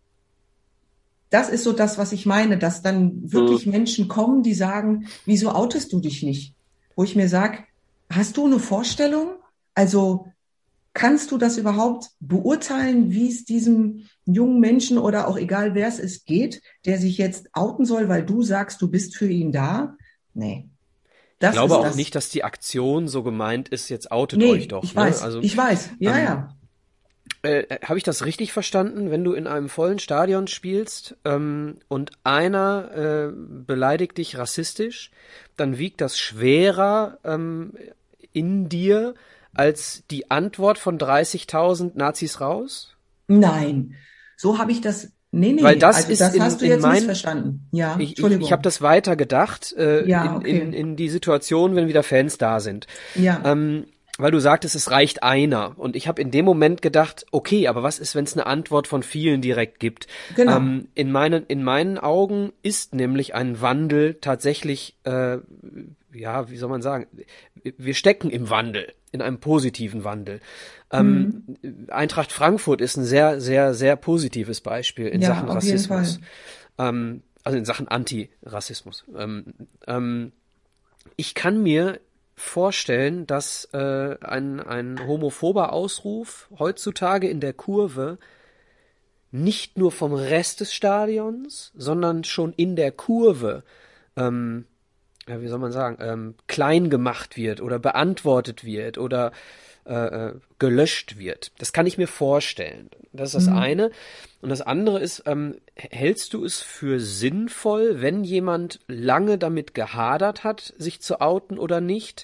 das ist so das, was ich meine, dass dann wirklich mhm. Menschen kommen, die sagen, wieso outest du dich nicht? Wo ich mir sage, hast du eine Vorstellung? Also kannst du das überhaupt beurteilen, wie es diesem jungen Menschen oder auch egal wer es ist geht, der sich jetzt outen soll, weil du sagst, du bist für ihn da? Nee. Das ich glaube auch das. nicht, dass die Aktion so gemeint ist, jetzt outet nee, euch doch. Ich ne? weiß, also, ich weiß, ja, ähm, ja. Äh, habe ich das richtig verstanden, wenn du in einem vollen Stadion spielst ähm, und einer äh, beleidigt dich rassistisch, dann wiegt das schwerer ähm, in dir als die Antwort von dreißigtausend Nazis raus? Nein, so habe ich das. Nee, nee, Weil das also ist das in, hast du in jetzt mein, missverstanden. Ja, ich, Entschuldigung. Ich, ich habe das weiter gedacht äh, ja, in, okay. in, in die Situation, wenn wieder Fans da sind. Ja. Ähm, weil du sagtest, es reicht einer. Und ich habe in dem Moment gedacht, okay, aber was ist, wenn es eine Antwort von vielen direkt gibt? Genau. Ähm, in, meinen, in meinen Augen ist nämlich ein Wandel tatsächlich, äh, ja, wie soll man sagen, wir stecken im Wandel, in einem positiven Wandel. Ähm, mhm. Eintracht Frankfurt ist ein sehr, sehr, sehr positives Beispiel in ja, Sachen auf Rassismus. Jeden Fall. Ähm, also in Sachen Antirassismus. Ähm, ähm, ich kann mir vorstellen, dass äh, ein, ein homophober Ausruf heutzutage in der Kurve nicht nur vom Rest des Stadions, sondern schon in der Kurve ähm, ja, wie soll man sagen, ähm, klein gemacht wird oder beantwortet wird oder äh, gelöscht wird. Das kann ich mir vorstellen. Das ist das mhm. eine. Und das andere ist, ähm, hältst du es für sinnvoll, wenn jemand lange damit gehadert hat, sich zu outen oder nicht?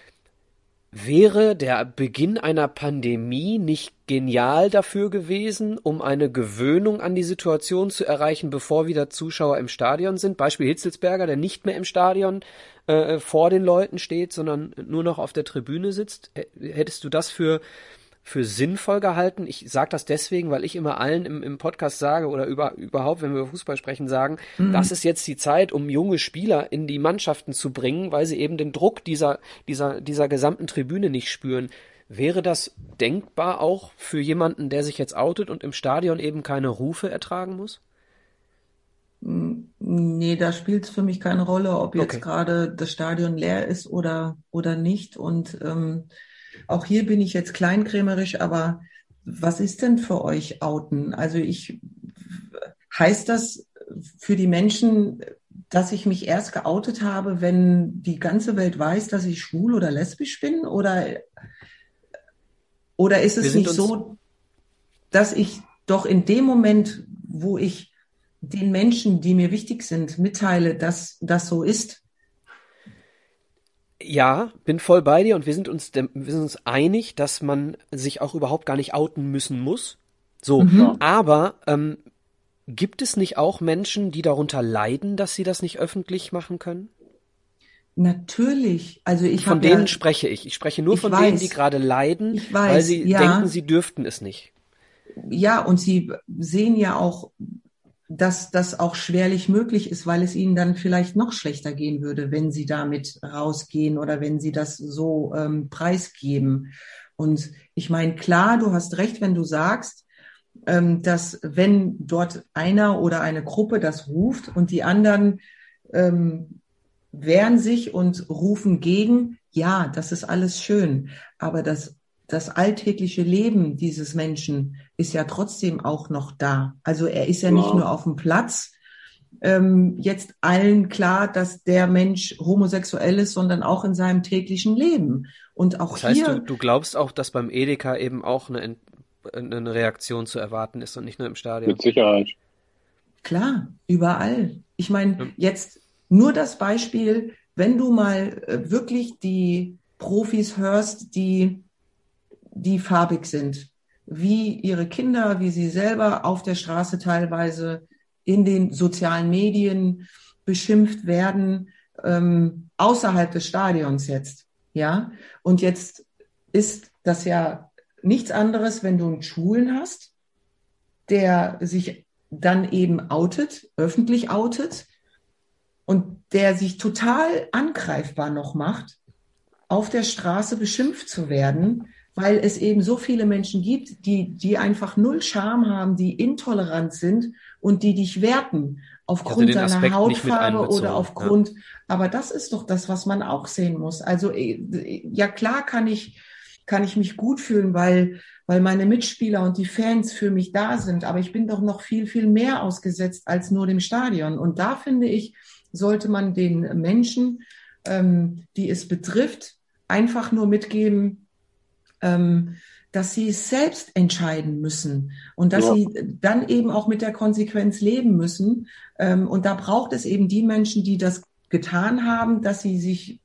Wäre der Beginn einer Pandemie nicht genial dafür gewesen, um eine Gewöhnung an die Situation zu erreichen, bevor wieder Zuschauer im Stadion sind? Beispiel Hitzelsberger, der nicht mehr im Stadion äh, vor den Leuten steht, sondern nur noch auf der Tribüne sitzt. Hättest du das für für sinnvoll gehalten? Ich sage das deswegen, weil ich immer allen im, im Podcast sage oder über, überhaupt, wenn wir über Fußball sprechen, sagen, mhm. das ist jetzt die Zeit, um junge Spieler in die Mannschaften zu bringen, weil sie eben den Druck dieser, dieser, dieser gesamten Tribüne nicht spüren. Wäre das denkbar auch für jemanden, der sich jetzt outet und im Stadion eben keine Rufe ertragen muss? Nee, da spielt es für mich keine Rolle, ob jetzt Okay. gerade das Stadion leer ist oder, oder nicht. Und ähm, auch hier bin ich jetzt kleinkrämerisch, aber was ist denn für euch Outen? Also ich, heißt das für die Menschen, dass ich mich erst geoutet habe, wenn die ganze Welt weiß, dass ich schwul oder lesbisch bin? Oder, oder ist es nicht so, dass ich doch in dem Moment, wo ich den Menschen, die mir wichtig sind, mitteile, dass das so ist? Ja, bin voll bei dir und wir sind uns, wir sind uns einig, dass man sich auch überhaupt gar nicht outen müssen muss. So, Mhm. aber ähm, gibt es nicht auch Menschen, die darunter leiden, dass sie das nicht öffentlich machen können? Natürlich. Also ich Von hab denen ja, spreche ich. Ich spreche nur Ich von weiß. denen, die gerade leiden, Ich weiß, weil sie ja. denken, sie dürften es nicht. Ja, und sie sehen ja auch, dass das auch schwerlich möglich ist, weil es ihnen dann vielleicht noch schlechter gehen würde, wenn sie damit rausgehen oder wenn sie das so ähm, preisgeben. Und ich meine, klar, du hast recht, wenn du sagst, ähm, dass wenn dort einer oder eine Gruppe das ruft und die anderen ähm, wehren sich und rufen gegen, ja, das ist alles schön, aber das das alltägliche Leben dieses Menschen ist ja trotzdem auch noch da. Also er ist ja nicht Ja. nur auf dem Platz, ähm, jetzt allen klar, dass der Mensch homosexuell ist, sondern auch in seinem täglichen Leben. Und auch Das heißt, hier, du, du glaubst auch, dass beim Edeka eben auch eine, Ent- eine Reaktion zu erwarten ist und nicht nur im Stadion? Mit Sicherheit. klar, überall. Ich meine, Ja. jetzt nur das Beispiel, wenn du mal äh, wirklich die Profis hörst, die, die farbig sind, wie ihre Kinder, wie sie selber auf der Straße teilweise in den sozialen Medien beschimpft werden, ähm, außerhalb des Stadions jetzt, ja. Und jetzt ist das ja nichts anderes, wenn du einen Schwulen hast, der sich dann eben outet, öffentlich outet und der sich total angreifbar noch macht, auf der Straße beschimpft zu werden, weil es eben so viele Menschen gibt, die, die einfach null Scham haben, die intolerant sind und die dich werten aufgrund also deiner Aspekt Hautfarbe oder aufgrund, ja. Aber das ist doch das, was man auch sehen muss. Also ja, klar kann ich, kann ich mich gut fühlen, weil, weil meine Mitspieler und die Fans für mich da sind, aber ich bin doch noch viel, viel mehr ausgesetzt als nur dem Stadion. Und da finde ich, sollte man den Menschen, ähm, die es betrifft, einfach nur mitgeben, ähm, dass sie es selbst entscheiden müssen und dass ja. sie dann eben auch mit der Konsequenz leben müssen. Ähm, und da braucht es eben die Menschen, die das getan haben, dass sie sich,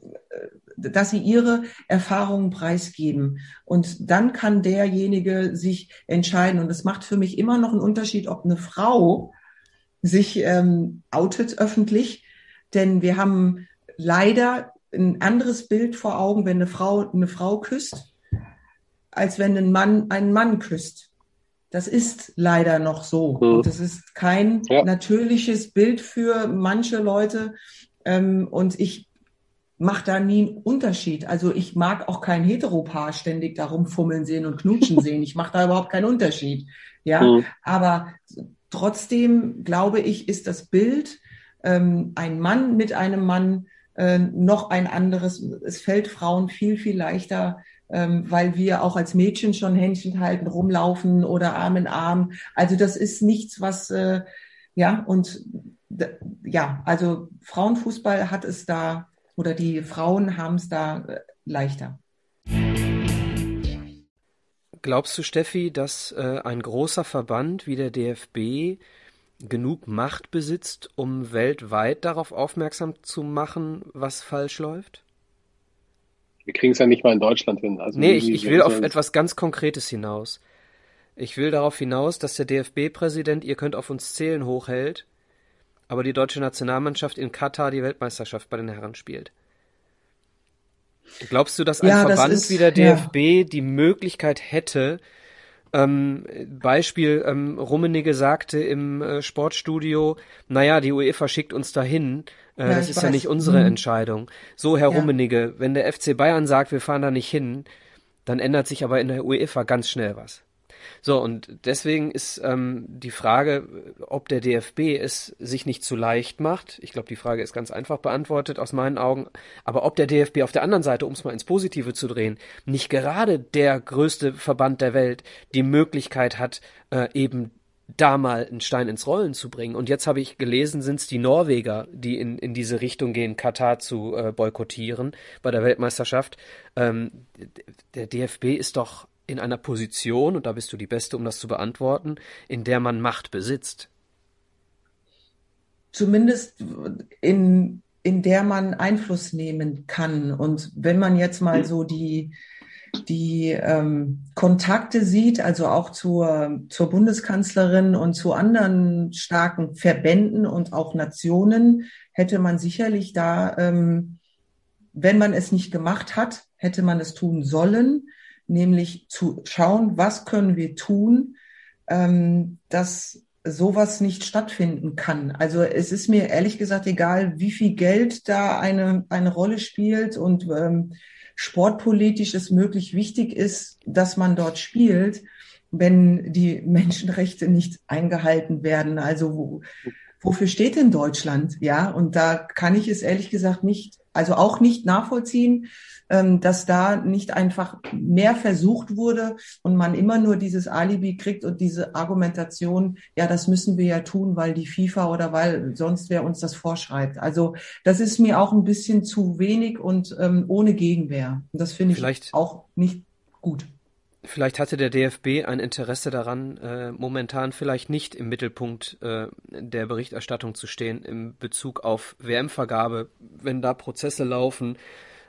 äh, dass sie ihre Erfahrungen preisgeben. Und dann kann derjenige sich entscheiden. Und es macht für mich immer noch einen Unterschied, ob eine Frau sich ähm, outet öffentlich, denn wir haben leider ein anderes Bild vor Augen, wenn eine Frau eine Frau küsst, als wenn ein Mann einen Mann küsst. Das ist leider noch so. Mhm. Und das ist kein ja. natürliches Bild für manche Leute. Ähm, und ich mache da nie einen Unterschied. Also ich mag auch kein Heteropaar ständig da rumfummeln sehen und knutschen sehen. Ich mache da überhaupt keinen Unterschied. Ja, mhm. aber trotzdem glaube ich, ist das Bild ähm, ein Mann mit einem Mann äh, noch ein anderes. Es fällt Frauen viel, viel leichter, ähm, weil wir auch als Mädchen schon Händchen halten, rumlaufen oder Arm in Arm. Also das ist nichts, was, äh, ja, und d- ja, also Frauenfußball hat es da, oder die Frauen haben es da äh, leichter. Glaubst du, Steffi, dass äh, ein großer Verband wie der D F B genug Macht besitzt, um weltweit darauf aufmerksam zu machen, was falsch läuft? Wir kriegen es ja nicht mal in Deutschland hin. Also nee, ich, ich will auf etwas ganz Konkretes hinaus. Ich will darauf hinaus, dass der D F B-Präsident, ihr könnt auf uns zählen, hochhält, aber die deutsche Nationalmannschaft in Katar die Weltmeisterschaft bei den Herren spielt. Glaubst du, dass ein ja, Verband das ist, wie der D F B ja. die Möglichkeit hätte, ähm, Beispiel, ähm, Rummenigge sagte im äh, Sportstudio, naja, die UEFA schickt uns dahin, äh, ja, das ist weiß. ja nicht unsere mhm. Entscheidung. So, Herr ja. Rummenigge, wenn der F C Bayern sagt, wir fahren da nicht hin, dann ändert sich aber in der UEFA ganz schnell was. So, und deswegen ist ähm, die Frage, ob der D F B es sich nicht zu leicht macht. Ich glaube, die Frage ist ganz einfach beantwortet aus meinen Augen. Aber ob der D F B auf der anderen Seite, um es mal ins Positive zu drehen, nicht gerade der größte Verband der Welt die Möglichkeit hat, äh, eben da mal einen Stein ins Rollen zu bringen. Und jetzt habe ich gelesen, sind es die Norweger, die in, in diese Richtung gehen, Katar zu äh, boykottieren bei der Weltmeisterschaft. Ähm, der D F B ist doch in einer Position, und da bist du die Beste, um das zu beantworten, in der man Macht besitzt. Zumindest in, in der man Einfluss nehmen kann. Und wenn man jetzt mal so die, die ähm, Kontakte sieht, also auch zur, zur Bundeskanzlerin und zu anderen starken Verbänden und auch Nationen, hätte man sicherlich da, ähm, wenn man es nicht gemacht hat, hätte man es tun sollen, nämlich zu schauen, was können wir tun, ähm, dass sowas nicht stattfinden kann. Also es ist mir ehrlich gesagt egal, wie viel Geld da eine eine Rolle spielt und ähm, sportpolitisch es möglich wichtig ist, dass man dort spielt, wenn die Menschenrechte nicht eingehalten werden. Also wo, wofür steht denn Deutschland? Ja, und da kann ich es ehrlich gesagt nicht, also auch nicht nachvollziehen, dass da nicht einfach mehr versucht wurde und man immer nur dieses Alibi kriegt und diese Argumentation, ja, das müssen wir ja tun, weil die FIFA oder weil sonst wer uns das vorschreibt. Also das ist mir auch ein bisschen zu wenig und ähm, ohne Gegenwehr. Und das finde ich vielleicht auch nicht gut. Vielleicht hatte der D F B ein Interesse daran, äh, momentan vielleicht nicht im Mittelpunkt äh, der Berichterstattung zu stehen in Bezug auf W M-Vergabe, wenn da Prozesse laufen,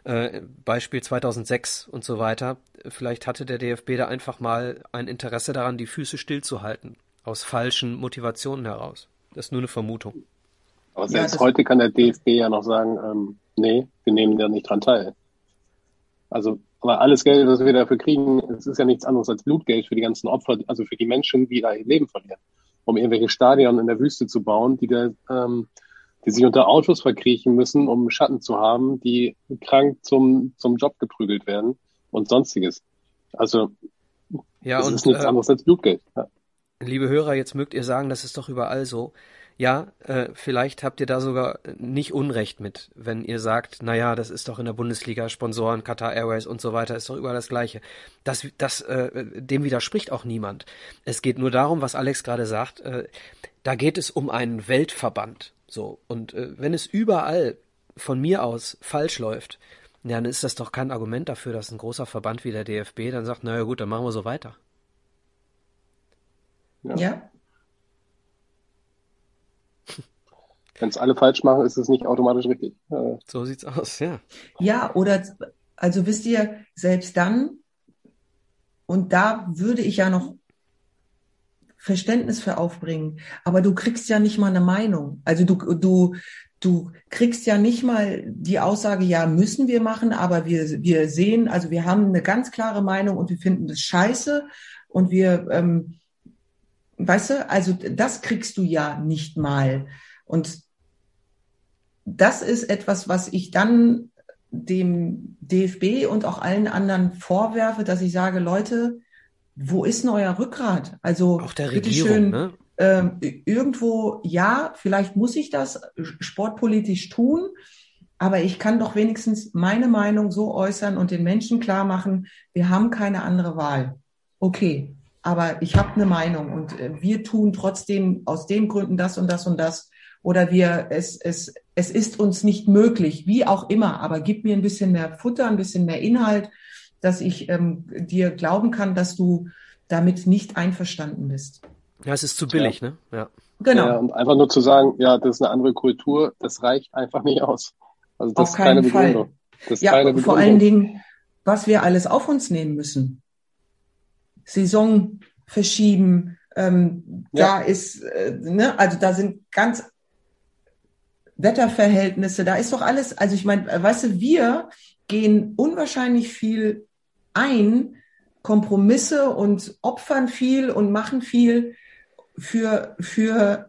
Äh, Beispiel zweitausendsechs und so weiter. Vielleicht hatte der D F B da einfach mal ein Interesse daran, die Füße stillzuhalten. Aus falschen Motivationen heraus. Das ist nur eine Vermutung. Aber selbst ja, heute kann der D F B ja noch sagen, ähm, nee, wir nehmen da nicht dran teil. Also, aber alles Geld, was wir dafür kriegen, es ist ja nichts anderes als Blutgeld für die ganzen Opfer, also für die Menschen, die da ihr Leben verlieren. Um irgendwelche Stadien in der Wüste zu bauen, die da, ähm, die sich unter Autos verkriechen müssen, um Schatten zu haben, die krank zum, zum Job geprügelt werden und sonstiges. Also, ja, das und, ist nichts äh, anderes als Blutgeld. Ja. Liebe Hörer, jetzt mögt ihr sagen, das ist doch überall so. Ja, äh, vielleicht habt ihr da sogar nicht Unrecht mit, wenn ihr sagt, naja, das ist doch in der Bundesliga, Sponsoren, Qatar Airways und so weiter, ist doch überall das Gleiche. Das, das, äh, dem widerspricht auch niemand. Es geht nur darum, was Alex gerade sagt, äh, da geht es um einen Weltverband. So, und äh, wenn es überall von mir aus falsch läuft, ja, dann ist das doch kein Argument dafür, dass ein großer Verband wie der D F B dann sagt, naja gut, dann machen wir so weiter. Ja. Ja. Wenn es alle falsch machen, ist es nicht automatisch richtig. Ja. So sieht's aus, ja. Ja, oder, also wisst ihr, selbst dann, und da würde ich ja noch Verständnis für aufbringen, aber du kriegst ja nicht mal eine Meinung. Also du, du, du kriegst ja nicht mal die Aussage, ja, müssen wir machen, aber wir, wir sehen, also wir haben eine ganz klare Meinung und wir finden das scheiße und wir, ähm, weißt du, also das kriegst du ja nicht mal. Und das ist etwas, was ich dann dem D F B und auch allen anderen vorwerfe, dass ich sage, Leute, wo ist denn euer Rückgrat? Also auch der bitteschön, Regierung, ne? äh, irgendwo, ja, vielleicht muss ich das sportpolitisch tun, aber ich kann doch wenigstens meine Meinung so äußern und den Menschen klar machen, wir haben keine andere Wahl. Okay, aber ich habe eine Meinung und äh, wir tun trotzdem aus den Gründen das und das und das. Oder wir, es, es, es ist uns nicht möglich, wie auch immer, aber gib mir ein bisschen mehr Futter, ein bisschen mehr Inhalt, dass ich ähm, dir glauben kann, dass du damit nicht einverstanden bist. Ja, es ist zu billig, ja. ne? Ja. Genau. Ja, und einfach nur zu sagen, ja, das ist eine andere Kultur, das reicht einfach nicht aus. Also das auf ist keine keinen Fall. Begründung. Das ist ja, keine Begründung. Vor allen Dingen, was wir alles auf uns nehmen müssen. Saison verschieben, ähm, Ja. da ist, äh, ne, also da sind ganz Wetterverhältnisse, da ist doch alles, also ich meine, weißt du, wir gehen unwahrscheinlich viel ein, Kompromisse und opfern viel und machen viel für, für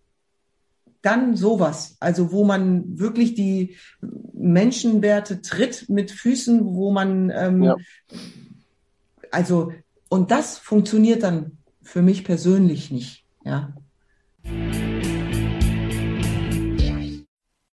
dann sowas, also wo man wirklich die Menschenwerte tritt mit Füßen, wo man, ähm, Ja. also, und das funktioniert dann für mich persönlich nicht, ja.